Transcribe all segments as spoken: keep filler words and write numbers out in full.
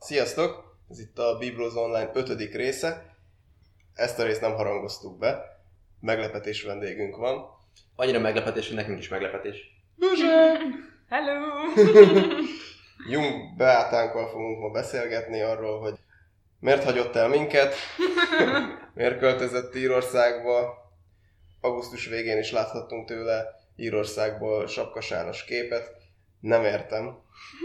Sziasztok! Ez itt a Bibros Online ötödik része. Ezt a részt nem harangoztuk be. Meglepetés vendégünk van. Annyira meglepetés, hogy nekünk is meglepetés. Buzsé! Hello! Jung Beátánkkal fogunk ma beszélgetni arról, hogy miért hagyott el minket, miért költözött Írországba. Augusztus végén is láthattunk tőle Írországból sapkasáros képet. Nem értem.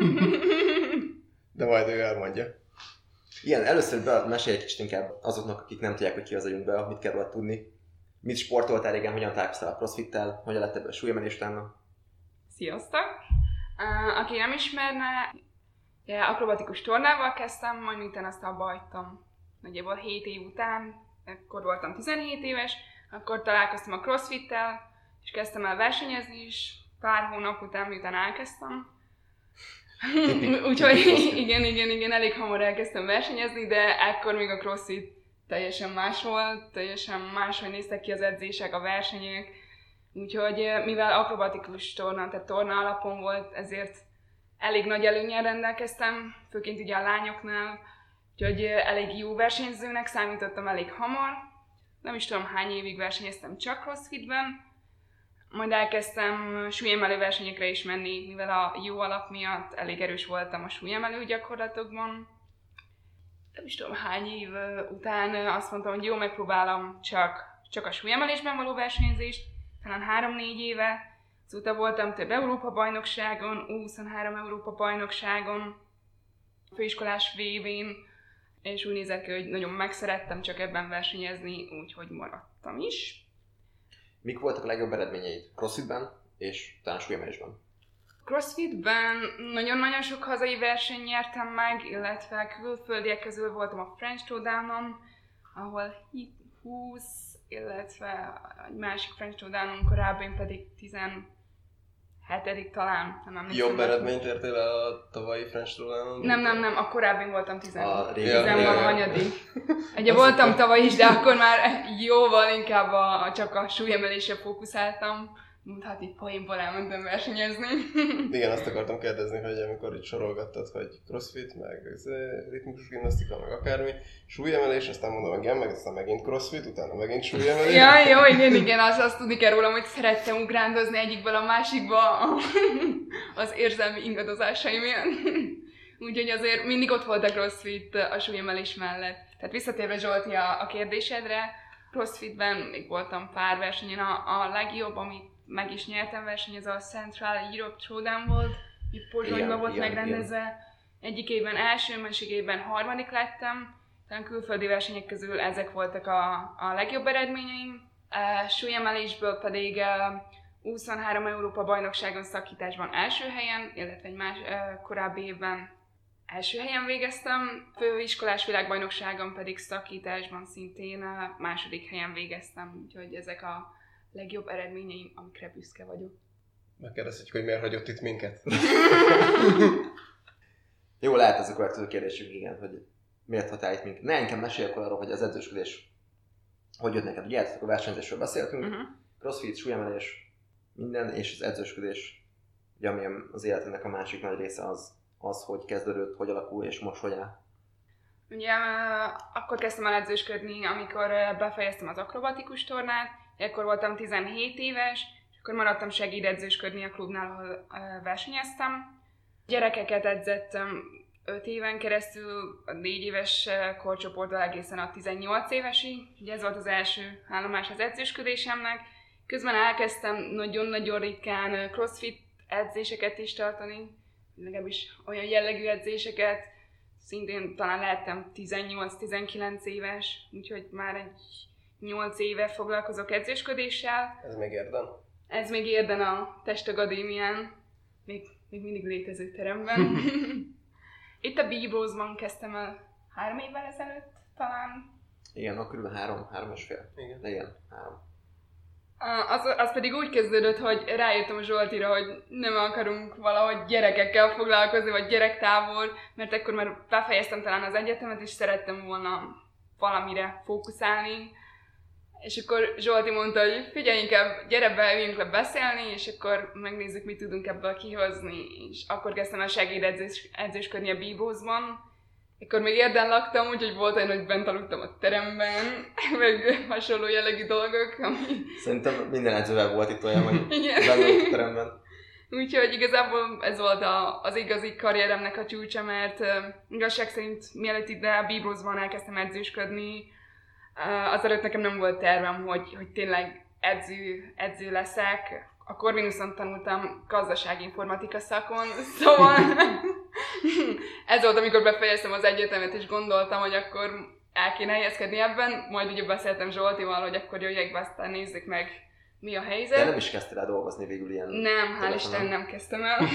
De majd ő elmondja. Igen, először be, mesélj egy kicsit inkább azoknak, akik nem tudják, hogy ki az a Jung Bea, mit kell róla tudni. Mit sportoltál régen, hogyan találkoztál a crossfittel, hogyan lett ebből a súlyemelés utána? Sziasztok! Uh, aki nem ismerne, ja, akrobatikus tornával kezdtem, majd miután azt abba hagytam. Nagyjából hét év után, akkor voltam tizenhét éves, akkor találkoztam a crossfittel, és kezdtem el versenyezni is, pár hónap után, miután elkezdtem. Úgyhogy igen, igen, igen, elég hamar elkezdtem versenyezni, de ekkor még a crossfit teljesen más volt, teljesen máshogy néztek ki az edzések, a versenyek. Úgyhogy mivel akrobatikus torna, tehát torna alapon volt, ezért elég nagy előnnyel rendelkeztem, főként ugye a lányoknál. Úgyhogy elég jó versenyzőnek számítottam elég hamar. Nem is tudom hány évig versenyeztem csak crossfitben. Majd elkezdtem súlyemelő versenyekre is menni, mivel a jó alap miatt elég erős voltam a súlyemelő gyakorlatokban. Nem is tudom hány év után azt mondtam, hogy jó, megpróbálom csak, csak a súlyemelésben való versenyzést, talán három-négy éve. Azóta voltam több Európa-bajnokságon, U huszonhárom Európa-bajnokságon, főiskolás vé bén, és úgy nézett ki, hogy nagyon megszerettem csak ebben versenyezni, úgyhogy maradtam is. Mik voltak a legjobb eredményeid crossfitben és talán súlyemelésben? Crossfitben nagyon-nagyon sok hazai versenyt nyertem meg, illetve külföldiek közül voltam a French Throwdownon, ahol húsz, illetve egy másik French Throwdownon korábban pedig tizenhetedik talán. Nem Jobb eredményt értél el a tavalyi French Throwdownon? Nem, nem, nem, a korábban voltam tizenvalahanyadik. Ugye voltam tavaly is, de akkor már jóval inkább a, a, csak a súlyemelésre fókuszáltam. Hát itt poénból elmentem versenyezni. Igen, azt akartam kérdezni, hogy amikor itt sorolgattad, hogy crossfit, meg ritmikus gimnasztika, meg akármi, súlyemelés, aztán mondom, hogy igen, meg aztán megint crossfit, utána megint súlyemelés. Ja, jó, igen, igen, azt, azt tudni kell rólam, hogy szerettem ugrándozni egyikből a másikba az érzelmi ingadozásaim ilyen. Úgyhogy azért mindig ott volt a crossfit a súlyemelés mellett. Tehát visszatérve Zsolti a, a kérdésedre, crossfitben még voltam pár versenyen, a, a legjobb, amit meg is nyertem verseny, ez a Central Europe Throwdown volt, itt Pozsonyban volt igen, megrendezve. Igen. Egyik évben első, másik évben harmadik lettem, talán külföldi versenyek közül ezek voltak a, a legjobb eredményeim. A súlyemelésből pedig U huszonhárom Európa bajnokságon szakításban első helyen, illetve egy más korábbi évben első helyen végeztem. Főiskolás világbajnokságon pedig szakításban szintén második helyen végeztem, úgyhogy ezek a legjobb eredményeim, amikre büszke vagyok. Megkérdezhetjük, hogy miért hagyott itt minket? Jó, lehet ez a következő kérdésünk, igen, hogy miért hagytál itt minket. Ne inkább mesélj akkor arról, hogy az edzősködés hogy jött neked. Ugye játszott, a versenyzésről beszéltünk, uh-huh. Crossfit, súlyemelés, minden, és az edzősködés, ugye ami az életednek a másik nagy része az, az, hogy kezdődött, hogy alakul, és most hogy áll. Ugye akkor kezdtem el edzősködni, amikor befejeztem az akrobatikus tornát, ekkor voltam tizenhét éves, és akkor maradtam segédedzősködni a klubnál, ahol versenyeztem. Gyerekeket edzettem öt éven keresztül, a négy éves korcsoporttól egészen a tizennyolc évesig. Ugye ez volt az első állomás az edzősködésemnek. Közben elkezdtem nagyon-nagyon ritkán crossfit edzéseket is tartani, legalábbis olyan jellegű edzéseket. Szintén talán lehettem tizennyolc-tizenkilenc éves, úgyhogy már egy nyolc éve foglalkozok edzősködéssel. Ez még Érden? Ez még Érden a Testakadémián, még, még mindig létező teremben. Itt a Bibrosban kezdtem el három évvel ezelőtt talán. Igen, akkor kb. három, három és fél. Igen. De igen, három. Az, az pedig úgy kezdődött, hogy rájöttem a Zsoltira, hogy nem akarunk valahogy gyerekekkel foglalkozni, vagy gyerektávol, mert akkor már befejeztem talán az egyetemet, és szerettem volna valamire fókuszálni. És akkor Zsolti mondta, hogy figyelj inkább, gyere be, üljünk le beszélni, és akkor megnézzük, mit tudunk ebből kihozni. És akkor kezdtem el segédedzősködni a Bibrosban. Akkor még Érden laktam, úgyhogy volt olyan, hogy bent aludtam a teremben, meg hasonló jellegű dolgok, ami... Szerintem minden edzővel volt itt olyan, hogy Igen. bent a teremben. Úgyhogy igazából ez volt a, az igazi karrieremnek a csúcsa, mert uh, igazság szerint mielőtt ide a Bíbrózban elkezdtem edzősködni, uh, azelőtt nekem nem volt tervem, hogy, hogy tényleg edző, edző leszek. A Corvinuson tanultam gazdasági informatika szakon, szóval ez volt, amikor befejeztem az egyetemet, és gondoltam, hogy akkor el kéne helyezkedni ebben, majd ugye beszéltem Zsoltival, hogy akkor jöjjek be, aztán nézzük meg, mi a helyzet. De nem is kezdtél el dolgozni végül ilyen... Nem, hál' Isten nem kezdtem el.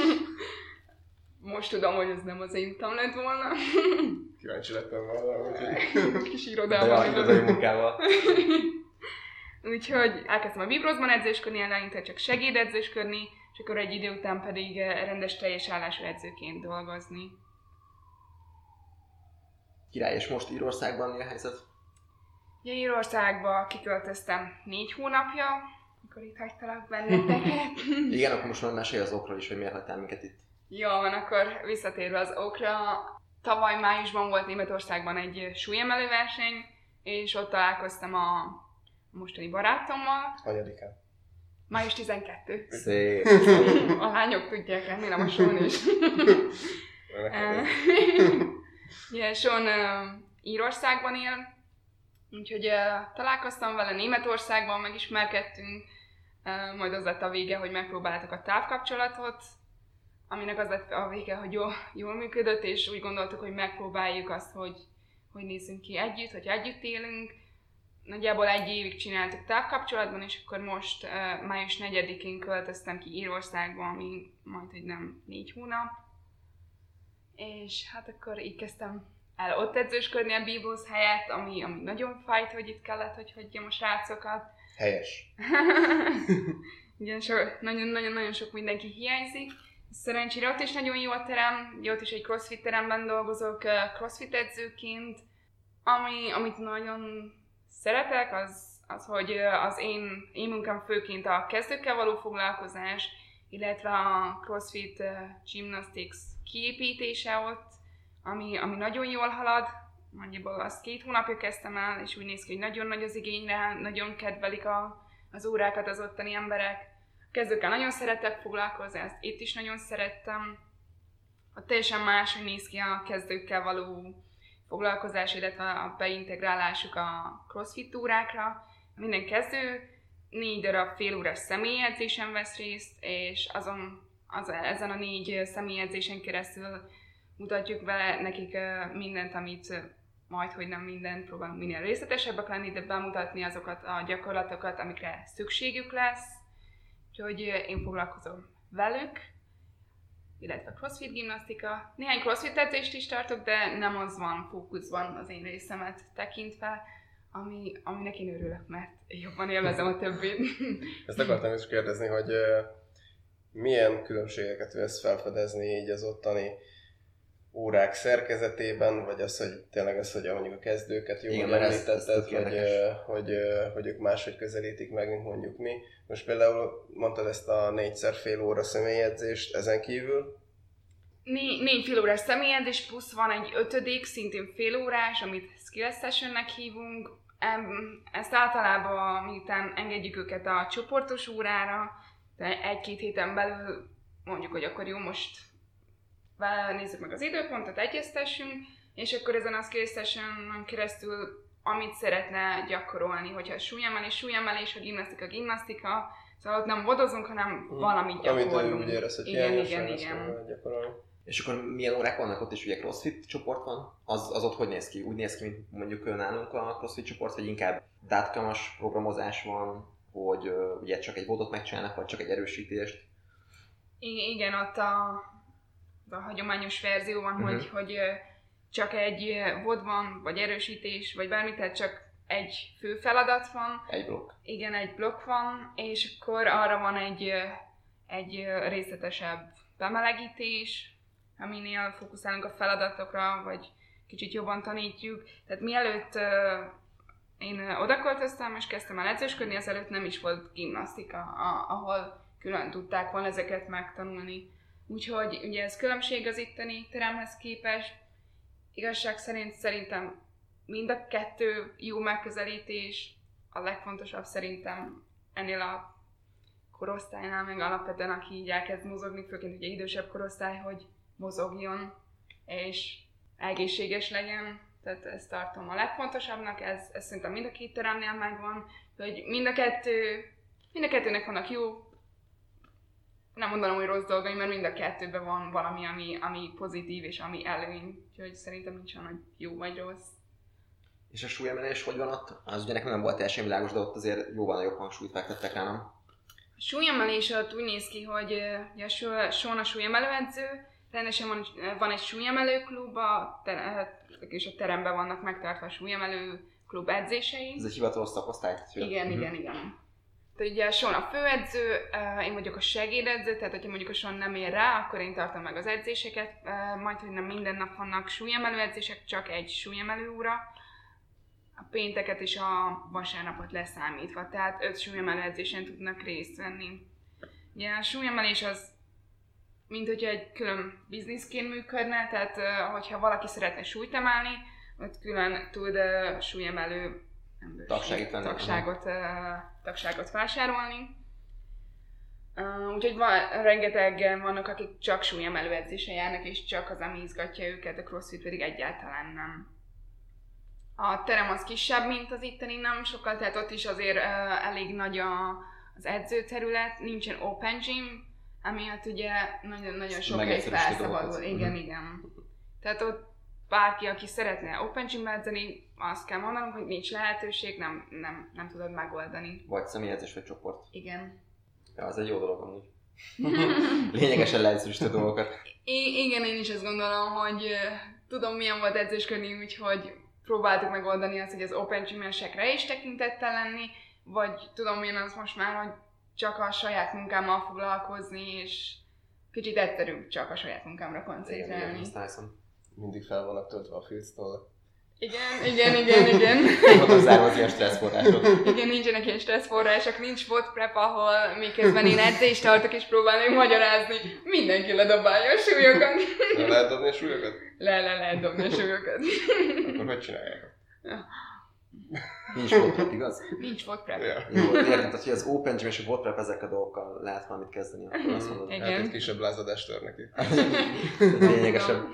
Most tudom, hogy ez nem az én utam lett volna. Kíváncsi lettem volna, úgyhogy... Kis De irodában. a irodai munkával. Úgyhogy elkezdtem a Bíbrózban edzősködni, eleinte csak segédedzősködni, és akkor egy idő után pedig rendes teljes állású edzőként dolgozni. Király, és most Írországban mi a helyzet? Ja, Írországba kiköltöztem négy hónapja, amikor itt hagytalak benneteket. Igen, akkor most már mesélj az okról is, hogy miért hagytál minket itt. Jó, van, akkor visszatérve az okra. Tavaly májusban volt Németországban egy súlyemelő verseny, és ott találkoztam a mostani barátommal. Hanyadikán? május tizenkettő. Szép. A lányok tudják, remélem a Sean is. Igen, Sean uh, Írországban él, úgyhogy uh, találkoztam vele Németországban, megismerkedtünk, uh, majd az lett a vége, hogy megpróbáltuk a távkapcsolatot, aminek az lett a vége, hogy jól, jól működött, és úgy gondoltuk, hogy megpróbáljuk azt, hogy, hogy nézzünk ki együtt, hogy együtt élünk. Nagyjából egy évig csináltuk távkapcsolatban, és akkor most uh, május negyedikén költöztem ki Írországba, ami majd, hogy nem négy hónap. És hát akkor így kezdtem el ott edzősködni a Bíbróz helyett, ami, ami nagyon fájt, hogy itt kellett, hogy hagyjam a srácokat. Helyes. Igen, so, nagyon-nagyon sok mindenki hiányzik. Szerencsére ott is nagyon jó a terem, ott is egy crossfit teremben dolgozok crossfit edzőként, ami, amit nagyon szeretek, az, az hogy az én, én munkám főként a kezdőkkel való foglalkozás, illetve a CrossFit uh, Gymnastics kiépítése ott, ami, ami nagyon jól halad. Nagyjából azt két hónapja kezdtem el, és úgy néz ki, hogy nagyon nagy az igény rá, nagyon kedvelik a, az órákat az ottani emberek. A kezdőkkel nagyon szeretek foglalkozni, ezt itt is nagyon szerettem. Ott teljesen más, hogy néz ki a kezdőkkel való foglalkozás, illetve a beintegrálásuk a CrossFit órákra. Minden kezdő négy darab félórás személyedzésen vesz részt, és azon, az, ezen a négy személyedzésen keresztül mutatjuk be nekik mindent, amit majd, hogy nem mindent, próbálunk minél részletesebbek lenni, de bemutatni azokat a gyakorlatokat, amikre szükségük lesz. Úgyhogy én foglalkozom velük, illetve crossfit gimnasztika. Néhány crossfit edzést is tartok, de nem az van fókuszban az én részemet tekintve, ami, aminek én örülök, mert jobban élvezem a többit. Ezt akartam is kérdezni, hogy uh, milyen különbségeket vesz felfedezni így az ottani órák szerkezetében, vagy az, hogy tényleg az, hogy mondjuk a kezdőket jól említetted, hogy, uh, hogy, uh, hogy ők máshogy közelítik meg, mint mondjuk mi. Most például mondtad ezt a négyszer fél óra személyedzést, ezen kívül? Né- négy fél órás személyedzés, plusz van egy ötödik, szintén fél órás, amit skill sessionnek hívunk. Ezt általában, miután engedjük őket a csoportos órára, de egy-két héten belül mondjuk, hogy akkor jó, most nézzük meg az időpontot, egyeztessünk, és akkor ezen a skill sessionon keresztül, amit szeretne gyakorolni, hogyha súlyemelés, súlyemelés, ha gimnasztika, gimnasztika, szóval ott nem vodozunk, hanem valamit gyakorolunk. Amit ő úgy érez, hogy igen, igen, igen. gyakorolni. És akkor milyen órák vannak ott is, ugye crossfit csoport van? Az, az ott hogy néz ki? Úgy néz ki, mint mondjuk nálunk a crossfit csoport, vagy inkább dátkamas programozás van, hogy uh, ugye csak egy vodot megcsinálnak, vagy csak egy erősítést? I- igen, ott a, a hagyományos verzió van, uh-huh. hogy, hogy csak egy vod van, vagy erősítés, vagy bármi, tehát csak egy fő feladat van. Egy blokk. Igen, egy blokk van, és akkor arra van egy, egy részletesebb bemelegítés, aminél fókuszálunk a feladatokra, vagy kicsit jobban tanítjuk. Tehát mielőtt uh, én odaköltöztem és kezdtem el edzősködni, azelőtt nem is volt gimnasztika, a, ahol külön tudták volna ezeket megtanulni. Úgyhogy ugye ez különbség az itteni teremhez képest, igazság szerint szerintem mind a kettő jó megközelítés, a legfontosabb szerintem ennél a korosztálynál, meg alapvetően aki így elkezd mozogni, főként ugye idősebb korosztály, hogy mozogjon, és egészséges legyen. Tehát ezt tartom a legfontosabbnak, ez, ez szerintem mind a két teremnél megvan, hogy mind a kettő, mind a kettőnek vannak jó, nem mondanom, hogy rossz dolgai, mert mind a kettőben van valami, ami, ami pozitív és ami előny, úgyhogy szerintem nincs olyan, hogy jó vagy rossz. És a súlyemelés hogy van ott? Az ugye nekem nem volt teljesen világos, de ott azért jóval nagyobb hangsúlyt fektettek rá, nem? A súlyemelés ott úgy néz ki, hogy ja, Sean a súlyemelőedző, rendesen van, van egy súlyemelő klub, a ter- és a teremben vannak megtartva a súlyemelő klub edzései. Ez egy hivatalos szakosztály? Igen, igen, igen. Tehát ugye Sean a főedző, én vagyok a segédedző, tehát hogyha mondjuk a Sean nem ér rá, akkor én tartom meg az edzéseket, majd hogy nem minden nap vannak súlyemelő edzések, csak egy súlyemelő óra. A pénteket és a vasárnapot leszámítva, tehát öt súlyemelő edzésen tudnak részt venni. Ugye a súlyemelés az, mint hogyha egy külön bizniszként működne, tehát hogyha valaki szeretne súlyt emelni, ott külön tud súlyemelő tagságot, tagságot, tagságot vásárolni. Úgyhogy van, rengetegen vannak, akik csak súlyemelő edzésen járnak, és csak az, ami izgatja őket, a CrossFit pedig egyáltalán nem. A terem az kisebb, mint az itteni, nem sokkal, tehát ott is azért uh, elég nagy a, az edzőterület, nincsen open gym, amiatt ugye nagyon-nagyon sok hely felszabadul. Igen, mm-hmm. igen. Tehát ott bárki, aki szeretne open gymbe edzeni, azt kell mondanom, hogy nincs lehetőség, nem, nem, nem tudod megoldani. Vagy személyedzés, vagy csoport. Igen. Ja, az egy jó dolog amúgy. Lényegesen leegyszerűsítő dolgokat. I- igen, én is azt gondolom, hogy uh, tudom milyen volt edzősködni, úgyhogy próbáltuk megoldani azt, hogy az open gym-esekre is tekintettel lenni, vagy tudom milyen az most már, hogy csak a saját munkámmal foglalkozni, és kicsit egyszerűbb csak a saját munkámra koncentrálni. Mindig fel vannak töltve a Fieldstall. Igen, igen, igen, igen. Ott zárva az ilyen stresszforrások. Igen, nincsenek ilyen stresszforrások, nincs bot prep, ahol miközben én edzést tartok és próbálom magyarázni, mindenki ledobálja a súlyokat. Le lehet dobni a súlyokat? Le, le lehet dobni a súlyokat. Akkor hogy csinálják? Nincs bot prep, igaz? Nincs bot prep. Ja. Jó, értem, tehát hogy az open gym és a bot prep ezek a dolgokkal lehet valamit kezdeni, akkor azt mondod. Igen. Hát egy kisebb lázadást tör neki. Lényegesebb.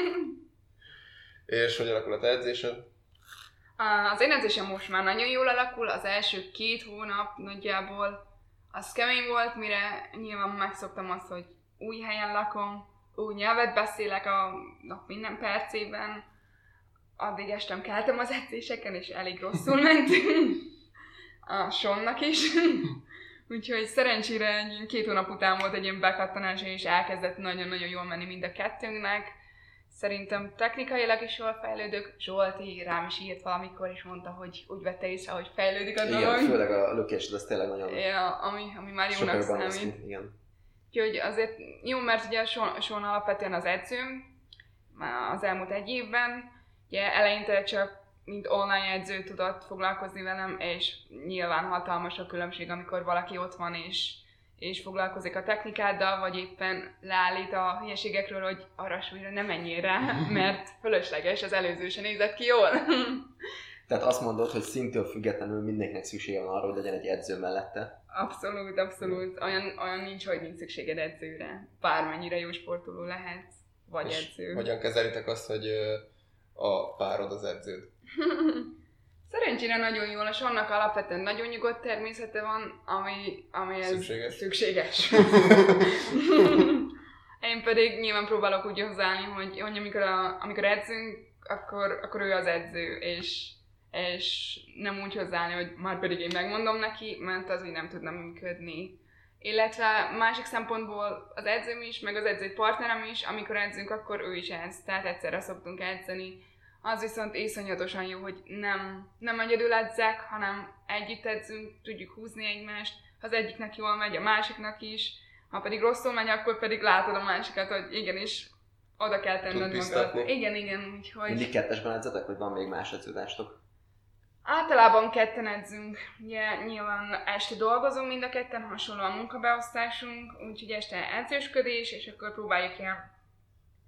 És hogy alakul a te edzésed? Az én edzésem most már nagyon jól alakul, az első két hónap nagyjából az kemény volt, mire nyilván megszoktam azt, hogy új helyen lakom, új nyelvet beszélek a nap minden percében, addig estem keltem az edzéseken, és elég rosszul ment a Seannak is. Úgyhogy szerencsére egy két hónap után volt egy ilyen bekattanás, és elkezdett nagyon-nagyon jól menni mind a kettőnknek. Szerintem technikailag is jól fejlődök. Zsolti rám is írt valamikor, és mondta, hogy úgy vette észre, hogy fejlődik a dolog. Igen, főleg a lökésed, az tényleg nagyon... Ja, ami, ami már jónak számít. Igen. Úgyhogy azért jó, mert ugye a Sean alapvetően az edzőm az elmúlt egy évben. Ugye eleinte csak mint online edző tudott foglalkozni velem, és nyilván hatalmas a különbség, amikor valaki ott van és, és foglalkozik a technikáddal, vagy éppen leállít a hülyeségekről, hogy arra súlyra ne menjél rá, mert fölösleges, az előző se nézett ki jól. Tehát azt mondod, hogy szintől függetlenül mindenkinek szüksége van arra, hogy legyen egy edző mellette? Abszolút, abszolút. Olyan, olyan nincs, hogy nincs szükséged edzőre. Bármennyire jó sportoló lehet, vagy és edző. Hogyan kezelitek azt, hogy a párod az edződ? Szerencsére nagyon jól, és annak alapvetően nagyon nyugodt természete van, ami, ami ez szükséges. szükséges. Én pedig nyilván próbálok úgy hozzáállni, hogy, hogy amikor, a, amikor edzünk, akkor, akkor ő az edző, és, és nem úgy hozzáállni, hogy már pedig én megmondom neki, mert az így nem tudna működni. Illetve másik szempontból az edzőm is, meg az edző partnerem is, amikor edzünk, akkor ő is edz, tehát egyszerre szoktunk edzeni. Az viszont iszonyatosan jó, hogy nem, nem egyedül edzek, hanem együtt edzünk, tudjuk húzni egymást, ha az egyiknek jól megy, a másiknak is, ha pedig rosszul megy, akkor pedig látod a másikat, hogy igenis oda kell tenned magad. Igen, igen, úgyhogy... Mindig kettesben edzetek, vagy van még más edződástok? Általában ketten edzünk, ugye nyilván este dolgozunk mind a ketten, hasonló a munkabeosztásunk, úgyhogy este edzősködés, és akkor próbáljuk ilyen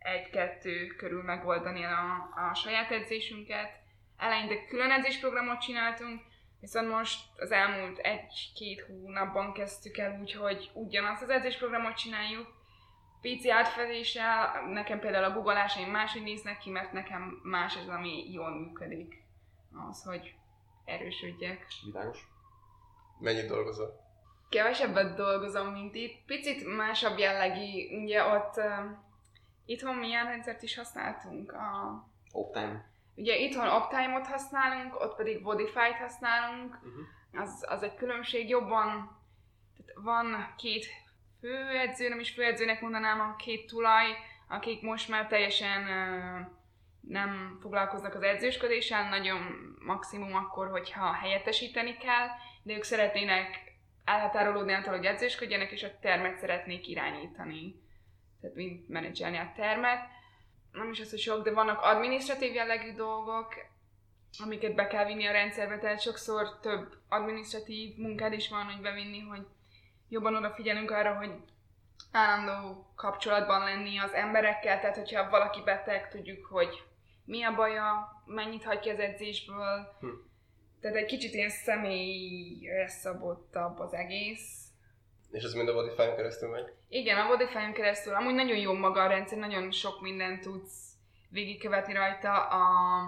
egy-kettő körül megoldani a, a saját edzésünket. Eleinte külön edzésprogramot csináltunk, viszont most az elmúlt egy-két hónapban kezdtük el úgy, hogy ugyanazt az edzésprogramot csináljuk. Pici átfedéssel, nekem például a guggolásaim máshogy néznek ki, mert nekem más az, ami jól működik. Az, hogy erősödjek. Világos. Mennyit dolgozol? Kevesebbet dolgozom, mint itt. Picit másabb jellegű, ugye ott uh, itthon milyen rendszert is használtunk? A... Optime. Ugye itthon Optime-ot használunk, ott pedig Bodify-t használunk. Uh-huh. Az, az egy különbség, jobban tehát van két főedző, nem is főedzőnek mondanám, a két tulaj, akik most már teljesen uh, nem foglalkoznak az edzősködéssel, nagyon maximum akkor, hogyha helyettesíteni kell, de ők szeretnének elhatárolódni attól, hogy edzősködjenek, és a termet szeretnék irányítani. Tehát mind menedzselni a termet. Nem is az, hogy sok, de vannak adminisztratív jellegű dolgok, amiket be kell vinni a rendszerbe, tehát sokszor több adminisztratív munkád is van, hogy bevinni, hogy jobban odafigyelünk arra, hogy állandó kapcsolatban lenni az emberekkel, tehát hogyha valaki beteg, tudjuk, hogy mi a baja, mennyit hagy ki az edzésből. Hm. Tehát egy kicsit ilyen személyre szabottabb az egész. És ez mind a Bodify-on keresztül megy? Igen, a Bodify-on keresztül. Amúgy nagyon jó maga a rendszer, nagyon sok mindent tudsz végigkövetni rajta a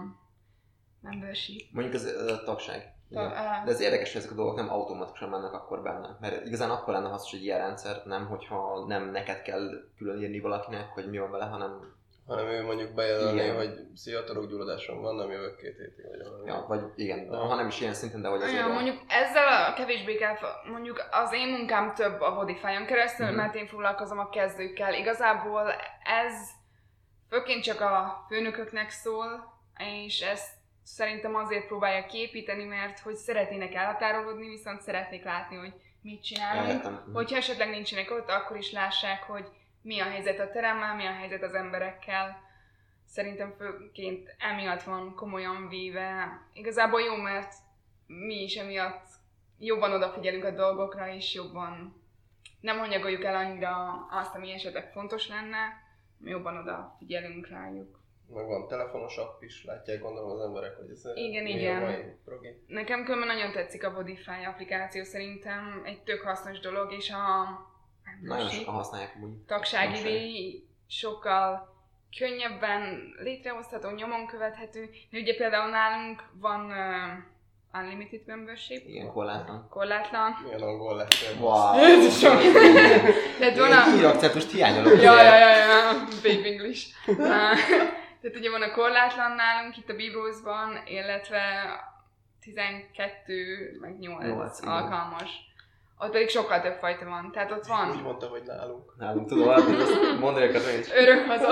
membership. Mondjuk az a tagság. Ta- De ez érdekes, hogy ezek a dolgok nem automatikusan mennek akkor benne. Mert igazán akkor lenne hasznos egy ilyen rendszer, nem hogyha nem neked kell külön írni valakinek, hogy mi van vele, hanem... Hanem ő mondjuk bejelölni, hogy szia, torokgyulladásom van, nem jövök két hétig, vagy valami. Ja, vagy igen, ah. ha nem is ilyen szinten, de hogy azért... Ja, mondjuk ezzel a kevésbé kell, mondjuk az én munkám több a Bodify-on keresztül, uh-huh. mert én foglalkozom a kezdőkkel. Igazából ez főként csak a főnököknek szól, és ezt szerintem azért próbálják kiépíteni, mert hogy szeretnének elhatárolódni, viszont szeretnék látni, hogy mit csinálunk. Ja, hogyha esetleg nincsenek ott, akkor is lássák, hogy mi a helyzet a teremmel, mi a helyzet az emberekkel. Szerintem főként emiatt van komolyan véve. Igazából jó, mert mi is emiatt jobban odafigyelünk a dolgokra, és jobban nem hanyagoljuk el annyira azt, ami esetleg fontos lenne, jobban odafigyelünk rájuk. Meg van telefonos app is, látják gondolom az emberek, hogy ez igen, igen. Nekem különben nagyon tetszik a Bodify applikáció, szerintem egy tök hasznos dolog, és a nagyon sokan használják úgy. Tagságidíj sokkal könnyebben létrehozható, nyomon követhető. De ugye például nálunk van uh, Unlimited Membership. Igen, korlátlan. Korlátlan. Milyen angol lettél? Wow! Tehát van a... Írakceptust hiányolok. Ja, ja, ja, ja, Babe English. Tehát ugye van a korlátlan nálunk itt a Bibrózban, illetve tizenkettő meg nyolc alkalmas. Ott pedig sokkal több fajta van, tehát ott van... Úgy mondta, hogy nálunk. Nálunk, tudom, hogy ezt mondd őket én is. Örök haza.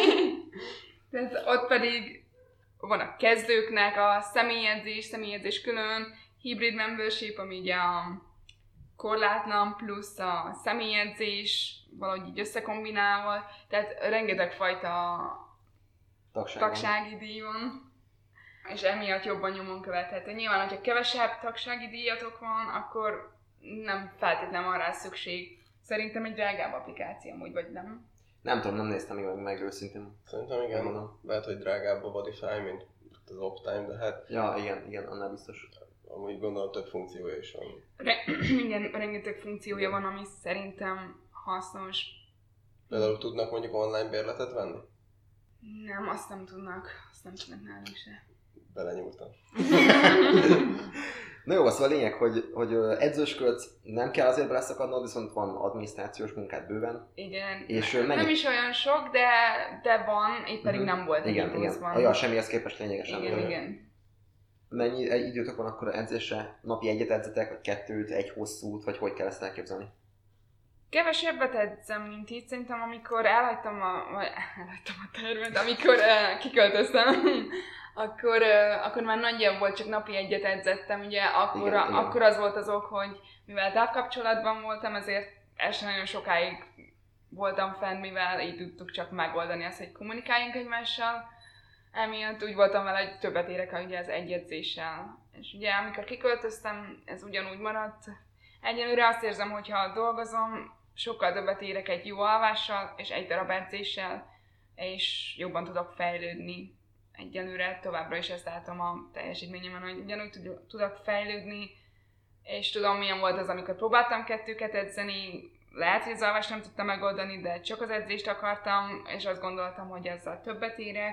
Tehát ott pedig van a kezdőknek a személyedzés, személyedzés külön, hybrid membership, ami ugye a korlátlan plusz a személyedzés, valahogy így összekombinálva, tehát rengeteg fajta Tagság tagsági díj van. És emiatt jobban nyomon követhető. Nyilván, hogyha kevesebb tagsági díjatok van, akkor nem feltétlenül van rá szükség. Szerintem egy drágább applikáció amúgy, vagy nem? Nem tudom, nem néztem még meg, meg őszintén. Szerintem igen, mondom. Lehet, hogy drágább a Bodify, mint az Optime, de hát... Ja, igen, igen, annál biztos. Amúgy gondolom több funkciója is van. Re- igen, rengeteg funkciója van, ami szerintem hasznos. Például tudnak mondjuk online bérletet venni? Nem, azt nem tudnak. Azt nem tudnak nálunk se. Belenyúltam. Na jó, szóval a lényeg, hogy, hogy edzősködsz, nem kell azért beleszakadnod, viszont van adminisztrációs munkád bőven. Igen. És nem, mennyi... nem is olyan sok, de, de van, itt pedig uh-huh. nem volt egy igen, igen. Van. Ja, semmihez képest lényegesen. Igen, igen. igen. Mennyi időtök van akkor edzésre? Napi egyet edzetek, vagy kettőt, egy hosszút, vagy hogy kell ezt elképzelni? Kevesebbet edzem, mint így. Szerintem, amikor elhagytam a, vagy elhagytam a tervet, amikor uh, kiköltöztem, akkor, uh, akkor már nagyjából csak napi egyet edzettem. Ugye akkor, igen, a, igen. akkor az volt az ok, hogy mivel távkapcsolatban voltam, ezért el sem nagyon sokáig voltam fenn, mivel így tudtuk csak megoldani azt, hogy kommunikáljunk egymással. Emiatt úgy voltam vele, hogy többet érek ugye az egy edzéssel. És ugye amikor kiköltöztem, ez ugyanúgy maradt. Egyelőre azt érzem, hogy ha dolgozom, sokkal többet érek egy jó alvással és egy darab edzéssel. és jobban tudok fejlődni. Egyelőre továbbra is ezt látom a teljesítményemen, hogy ugyanúgy tudok fejlődni, és tudom, milyen volt az, amikor próbáltam kettőket edzeni. Lehet, hogy az alvást nem tudtam megoldani, de csak az edzést akartam, és azt gondoltam, hogy ezzel többet érek.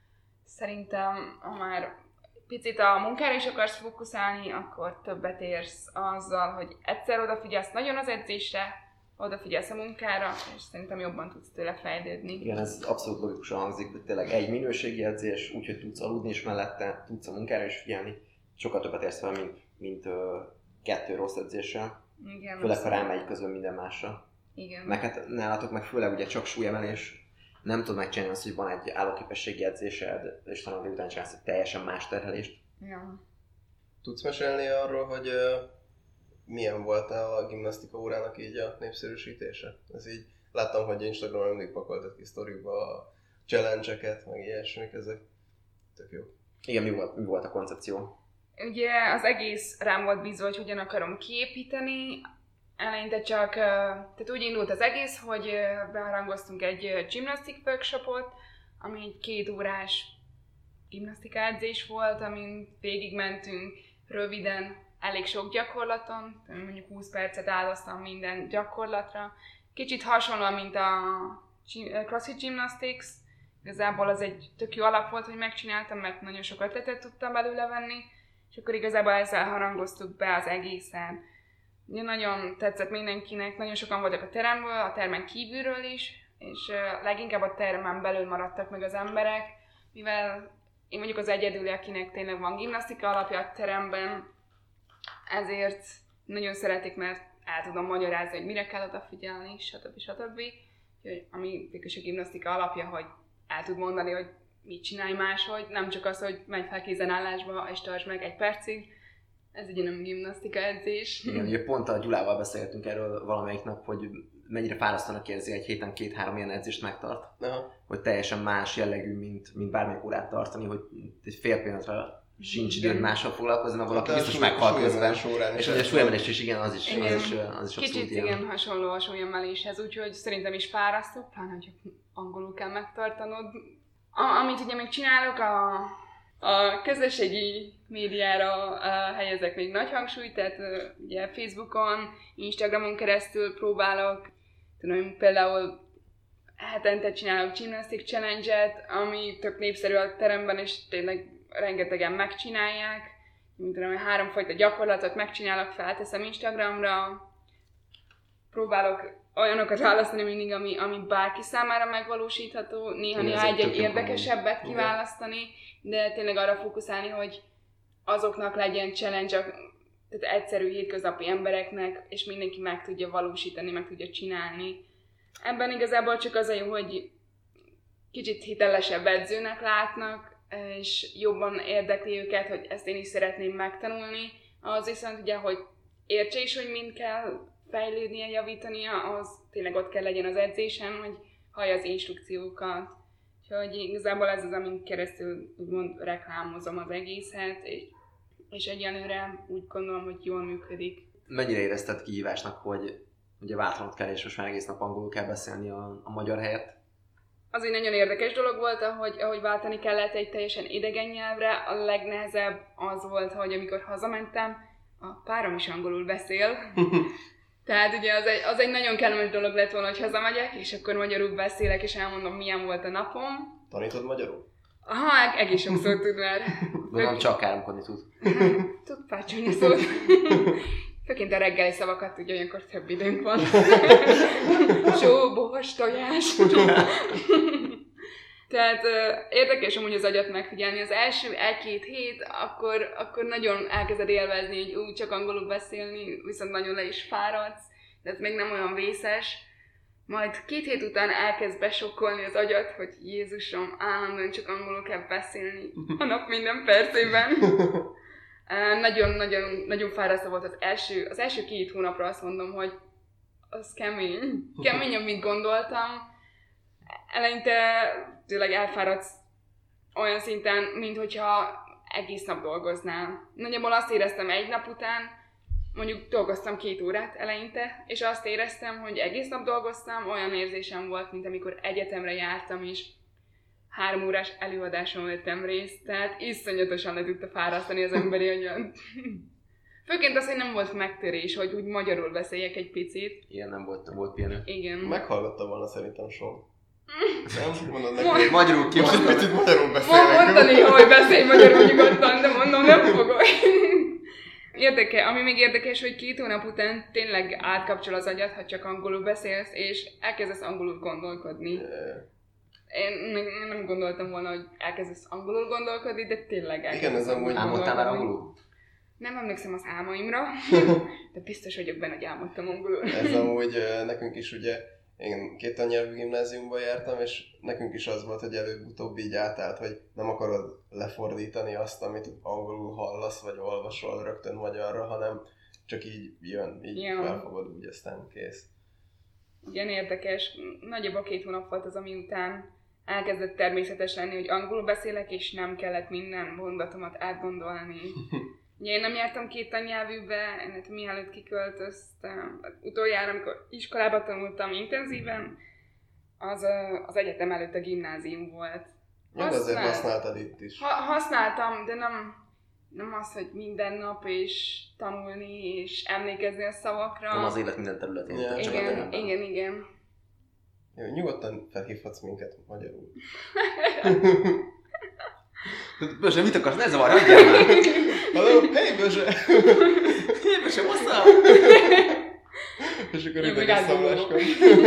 Szerintem, ha már picit a munkára is akarsz fókuszálni, akkor többet érsz azzal, hogy egyszer odafigyelsz nagyon az edzésre, odafigyelsz a munkára, és szerintem jobban tudsz tőle fejlődni. Igen, ez abszolút logikusan hangzik, hogy tényleg egy minőségi edzés, úgyhogy tudsz aludni is mellette, tudsz a munkára is figyelni, sokkal többet érsz fel, mint, mint ö, kettő rossz edzéssel. Igen, főleg, ha rámegy közben minden másra. Igen. Meg hát nálatok meg főleg ugye csak súlyemelés, nem tudod megcsinálni azt, hogy van egy állóképességi edzésed, és talán után csinálsz egy teljesen más terhelést. Ja. Tudsz mesélni arról, hogy uh, milyen volt a gimnasztika órának így a népszerűsítése? Ez így, láttam, hogy Instagramon mindig pakoltad ki sztorikba a challenge-eket, meg ilyesmik, ezek tök jó. Igen, mi volt, mi volt a koncepció? Ugye az egész rám volt bízva, hogy hogyan akarom kiépíteni. Eleinte csak, tehát úgy indult az egész, hogy beharangoztunk egy gymnastic workshopot, ami egy két órás gimnasztika edzés volt, amin végigmentünk röviden, elég sok gyakorlaton, mondjuk húsz percet áldoztam minden gyakorlatra. Kicsit hasonló, mint a CrossFit Gymnastics, igazából az egy tök jó alap volt, hogy megcsináltam, mert nagyon sok ötletet tudtam belőle venni, és akkor igazából ezzel harangoztuk be az egészen. Ugye nagyon tetszett mindenkinek, nagyon sokan voltak a teremből, a termen kívülről is, és leginkább a termen belül maradtak meg az emberek, mivel én vagyok az egyedüli, akinek tényleg van gimnasztika alapja a teremben, ezért nagyon szeretik, mert el tudom magyarázni, hogy mire kell odafigyelni, stb. stb. Úgyhogy ami végülis a gimnasztika alapja, hogy el tud mondani, hogy mit csinálj máshogy, nem csak az, hogy menj fel kézenállásba és tartsd meg egy percig. Ez ugye nem gimnasztika edzés. Igen, ugye pont a Gyulával beszéltünk erről valamelyik nap, hogy mennyire fárasztanak érzi egy héten két-három ilyen edzést megtart. Aha. Hogy teljesen más jellegű, mint, mint bármelyik órát tartani, hogy egy fél pillanatra sincs időd mással foglalkozni, mert valaki biztos meghal közben. És ugye a súlyemelés is, igen, az is, igen. az is, az is kicsit igen, ilyen. Hasonló a súlyemeléshez, úgyhogy szerintem is fárasztó, pláne, hogy angolul kell megtartanod. A, amit ugye még csinálok, a, a közösségi médiára uh, helyezek még nagy hangsúlyt, tehát uh, ugye Facebookon, Instagramon keresztül próbálok, tudom, például hetente csinálok gymnastic challenge-et, ami tök népszerű a teremben, és tényleg rengetegen megcsinálják. Mint tudom, háromfajta gyakorlatot megcsinálok, felteszem Instagramra, próbálok olyanokat választani mindig, ami, ami bárki számára megvalósítható, néha-néha egy-egy érdekesebbet kiválasztani, de tényleg arra fókuszálni, hogy azoknak legyen challenge, tehát egyszerű hétköznapi embereknek, és mindenki meg tudja valósítani, meg tudja csinálni. Ebben igazából csak az a jó, hogy kicsit hitelesebb edzőnek látnak, és jobban érdekli őket, hogy ezt én is szeretném megtanulni. Az viszont ugye, hogy értse is, hogy mind kell fejlődnie, javítania, az tényleg ott kell legyen az edzésen, hogy hallja az instrukciókat. Úgyhogy igazából ez az, amin keresztül úgymond reklámozom az egészet, és, és egyelőre úgy gondolom, hogy jól működik. Mennyire érezted kihívásnak, hogy ugye váltanod kell, és most már egész nap angolul kell beszélni a, a magyar helyett? Az egy nagyon érdekes dolog volt, ahogy, ahogy váltani kellett egy teljesen idegen nyelvre. A legnehezebb az volt, hogy amikor hazamentem, a párom is angolul beszél. Tehát ugye az egy, az egy nagyon kellemes dolog lett volna, hogy hazamegyek, és akkor magyarul beszélek, és elmondom, milyen volt a napom. Tanítod magyarul? Aha, egész sokszor tud már. Gondolom csak káromkodni tud. Tud pár csúnya szót. Főként a reggeli szavakat tudja, olyankor több időnk van. Só, borst, tojás. Tehát uh, érdekes amúgy az agyat megfigyelni. Az első egy-két hét, akkor, akkor nagyon elkezded élvezni, hogy úgy csak angolul beszélni, viszont nagyon le is fáradsz, de ez még nem olyan vészes. Majd két hét után elkezd besokkolni az agyat, hogy Jézusom, állandóan csak angolul kell beszélni a nap minden percében. Nagyon-nagyon uh, nagyon fárasztó volt az első, az első két hónapra, azt mondom, hogy az kemény. Keményebb, mint gondoltam. Eleinte tényleg elfáradsz olyan szinten, mint hogyha egész nap dolgoznál. Nagyjából azt éreztem egy nap után, mondjuk dolgoztam két órát eleinte, és azt éreztem, hogy egész nap dolgoztam, olyan érzésem volt, mint amikor egyetemre jártam, és három órás előadáson vettem részt, tehát iszonyatosan le tudta fárasztani az emberi agyat. Főként az, hogy nem volt megtörés, hogy úgy magyarul beszéljek egy picit. Igen, nem volt, volt pihenő. Igen. Meghallgatta volna szerintem Sean. Nem? Mondod neki, magyarul ki most egy picit magyarul beszélek. Mondani, hogy beszélj magyarul nyugodtan, de mondom, nem fogok. Érdekes, ami még érdekes, hogy két hónap után tényleg átkapcsol az agyad, ha csak angolul beszélsz, és elkezdesz angolul gondolkodni. Én nem gondoltam volna, hogy elkezdesz angolul gondolkodni, de tényleg elkezdesz. Igen, ez amúgy álmodtál már angolul? Nem emlékszem az álmaimra, de biztos vagyok benne, hogy álmodtam angolul. Ez amúgy nekünk is ugye, én két tannyelvű gimnáziumban jártam, és nekünk is az volt, hogy előbb-utóbb így átállt, hogy nem akarod lefordítani azt, amit angolul hallasz, vagy olvasol rögtön magyarra, hanem csak így jön, így ja. felfogod, úgy aztán kész. Igen, érdekes. Nagyjából két hónap volt az, ami után elkezdett természetes lenni, hogy angolul beszélek, és nem kellett minden mondatomat átgondolni. Ugye én nem jártam két tannyelvűbe, mielőtt kiköltöztem. Utoljára, amikor iskolába tanultam intenzíven, az az egyetem előtt a gimnázium volt. Ja, azért használtad itt is. Ha, használtam, de nem, nem az, hogy minden nap és tanulni és emlékezni a szavakra. Nem az élet minden területén. Ja. Csak Igen, igen, igen. Jó, nyugodtan felhívhatsz minket magyarul. Bözse, mit akarsz? Ne zavarj, hagyjál már! Hello, hey Bözse! Hey Bözse, what's up? És akkor Jó, ideges szamláskod.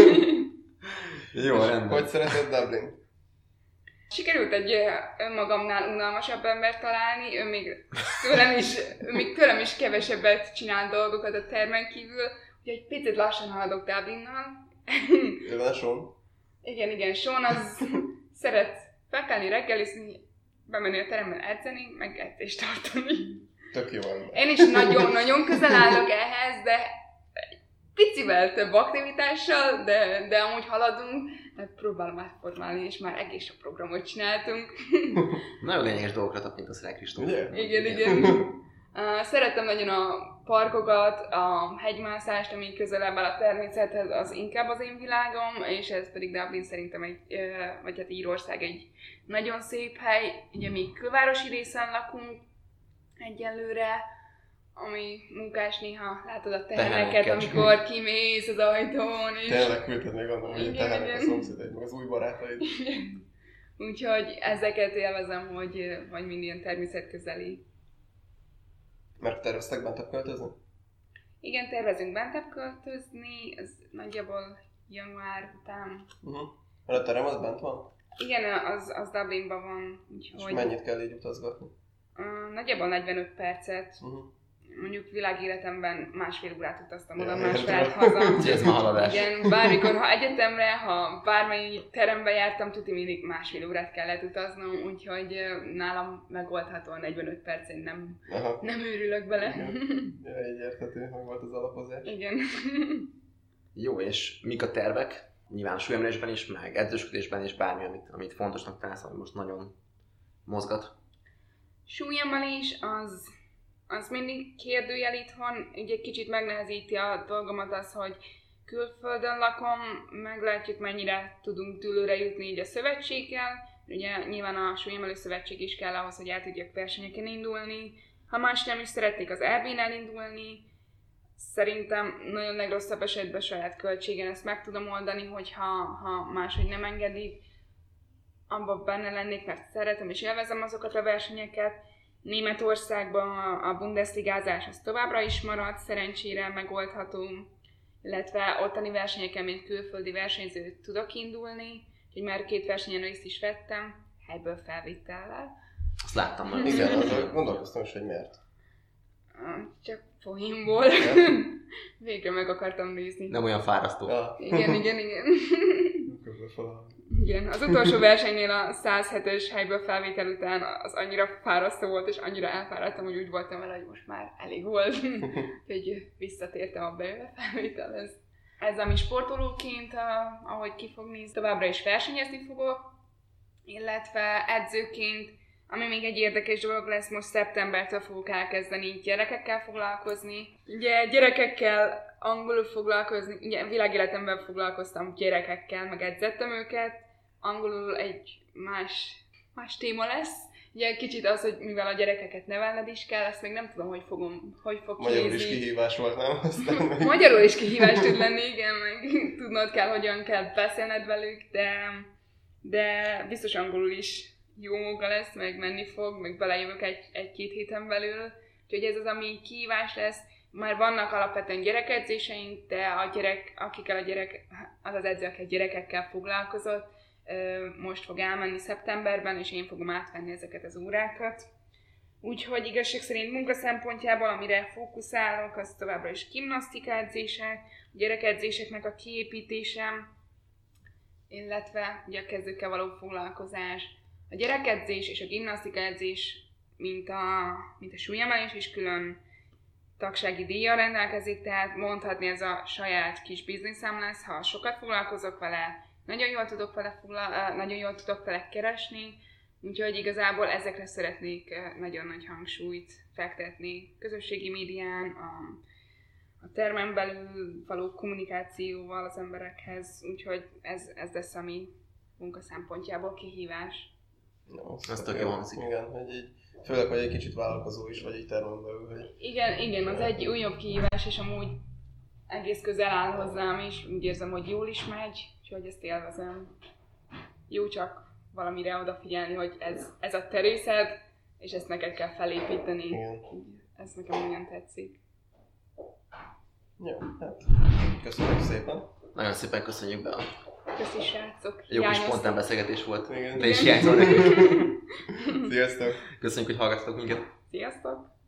Jó, rendben. Hogy szereted Dublin? Sikerült egy önmagamnál unalmasabb embert találni, ő még tőlem is, ő még tőlem is kevesebbet csinál dolgokat a termen kívül, úgyhogy egy picit lassan haladok Dublinnal. Ő van a Sean? Igen, igen, Sean az szeret felkelni, reggelizni, bemenni a teremben edzeni, meg edzést tartani. Tök jó ember. Én is nagyon-nagyon közel állok ehhez, de picivel több aktivitással, de, de amúgy haladunk, mert próbálom átformálni, és már egész sok programot csináltunk. Nagyon lényeges dolgokra tapintasz rá, Kristóf. Yeah. Igen, igen. Uh, szeretem nagyon a parkokat, a hegymászást, ami közelebb áll a természethez, az inkább az én világom, és ez pedig Dublin szerintem egy, uh, vagy hát Írország egy nagyon szép hely. Ugye mi külvárosi részen lakunk egyelőre, ami munkás, néha látod a teheneket, amikor kimész az ajtón. És... Tényleg küldted még annak, hogy a Igen, tehenek igen. a szomszédaid, meg az új barátaid. Úgyhogy ezeket élvezem, hogy, hogy minden természetközeli. Mert terveztek bentebb költözni? Igen, tervezünk bentebb költözni, ez nagyjából január után. Uh-huh. Mert a terem az bent van? Igen, az, az Dublinban van, úgyhogy... És mennyit kell így utazgatni? Uh, nagyjából negyvenöt percet. Uh-huh. Mondjuk világéletemben másfél órát utaztam oda, Ja, másfél igen. haza. Ez ma haladás. Igen, bármikor, ha egyetemre, ha bármely terembe jártam, tuti mindig másfél órát kellett utaznom, úgyhogy nálam megoldható a negyvenöt perc, én nem, Aha. nem őrülök bele. Ja, így érthető, meg volt az alapozás. Igen. Jó, és mik a tervek? Nyilván súlyemelésben is, meg edzősködésben is, bármi, amit, amit fontosnak találsz, ami most nagyon mozgat. Súlyemelés az, az mindig kérdőjel itthon, így egy kicsit megnehezíti a dolgomat az, hogy külföldön lakom, meglátjuk mennyire tudunk túlőre jutni így a szövetséggel. Ugye nyilván a súlyemelő szövetség is kell ahhoz, hogy el tudjak versenyeken indulni. Ha más nem is szeretnék az é bén elindulni, szerintem nagyon legrosszabb esetben saját költségen ezt meg tudom oldani, hogyha ha máshogy nem engedik. Abban benne lennék, mert szeretem és élvezem azokat a versenyeket. Németországban a Bundesligázás az továbbra is marad, szerencsére megoldható, illetve ottani versenyeken, mint külföldi versenyző tudok indulni, úgyhogy már két versenyen részt is vettem, helyből felvétellel. Azt láttam már. Igen, azon gondolkoztam is, hogy miért. Csak poénból. Végre meg akartam nézni. Nem olyan fárasztó. Ja. Igen, igen, igen. Köszönöm. Igen, az utolsó versenynél a száz hetes helyből felvétel után az annyira fárasztó volt, és annyira elfáradtam, hogy úgy voltam vele, hogy most már elég volt. Úgyhogy visszatértem a bejöve felvételhez. Ez ami sportolóként, ahogy ki fog nézni, továbbra is versenyezni fogok, illetve edzőként, ami még egy érdekes dolog lesz, most szeptembertől fogok elkezdeni gyerekekkel foglalkozni. Ugye gyerekekkel angolul foglalkozni, ugye világéletemben foglalkoztam gyerekekkel, meg edzettem őket, angolul egy más, más téma lesz. Ugye kicsit az, hogy mivel a gyerekeket nevelned is kell, ezt még nem tudom, hogy fogom, hogy fog kinézni. Magyarul is kihívás volt, nem? Aztán meg... Magyarul is kihívás tud lenni, igen, meg tudnod kell, hogyan kell beszélned velük, de, de biztos angolul is jó munka lesz, meg menni fog, meg belejövök egy, egy-két héten belül. Úgyhogy ez az, ami kihívás lesz. Már vannak alapvetően gyerekedzéseink, de a gyerek, akikkel a gyerek, az az edző, aki a gyerekekkel foglalkozott, most fog elmenni szeptemberben, és én fogom átvenni ezeket az órákat. Úgyhogy igazság szerint munka szempontjából, amire fókuszálok, az továbbra is gimnasztika edzések, a gyerekedzéseknek a kiépítése, illetve ugye a kezdőkkel való foglalkozás. A gyerekedzés és a gimnasztika edzés, mint a, mint a súlyemelés is külön tagsági díjjal rendelkezik, tehát mondhatni ez a saját kis bizniszem lesz, ha sokat foglalkozok vele, nagyon jól tudok vele, foglal, nagyon jól tudok vele keresni, úgyhogy igazából ezekre szeretnék nagyon nagy hangsúlyt fektetni. Közösségi médián, a, a termen belül való kommunikációval az emberekhez, úgyhogy ez, ez lesz a mi munka szempontjából kihívás. No, ez tök jó hangzik. Igen, hogy így, főleg, hogy egy kicsit vállalkozó is vagy így termen belül. Hogy... Igen, igen, az egy újabb kihívás, és amúgy egész közel áll hozzám is, úgy érzem, hogy jól is megy, úgyhogy ezt élvezem. Jó csak valamire odafigyelni, hogy ez, ez a te részed, és ezt neked kell felépíteni. Igen. Ez nekem nagyon tetszik. Jó, hát köszönjük szépen. Nagyon szépen köszönjük be. Köszi, srácok. Jó kis spontán beszélgetés volt. Igen. Te is hiányzol nekünk. Sziasztok. Köszönjük, hogy hallgattatok minket. Sziasztok.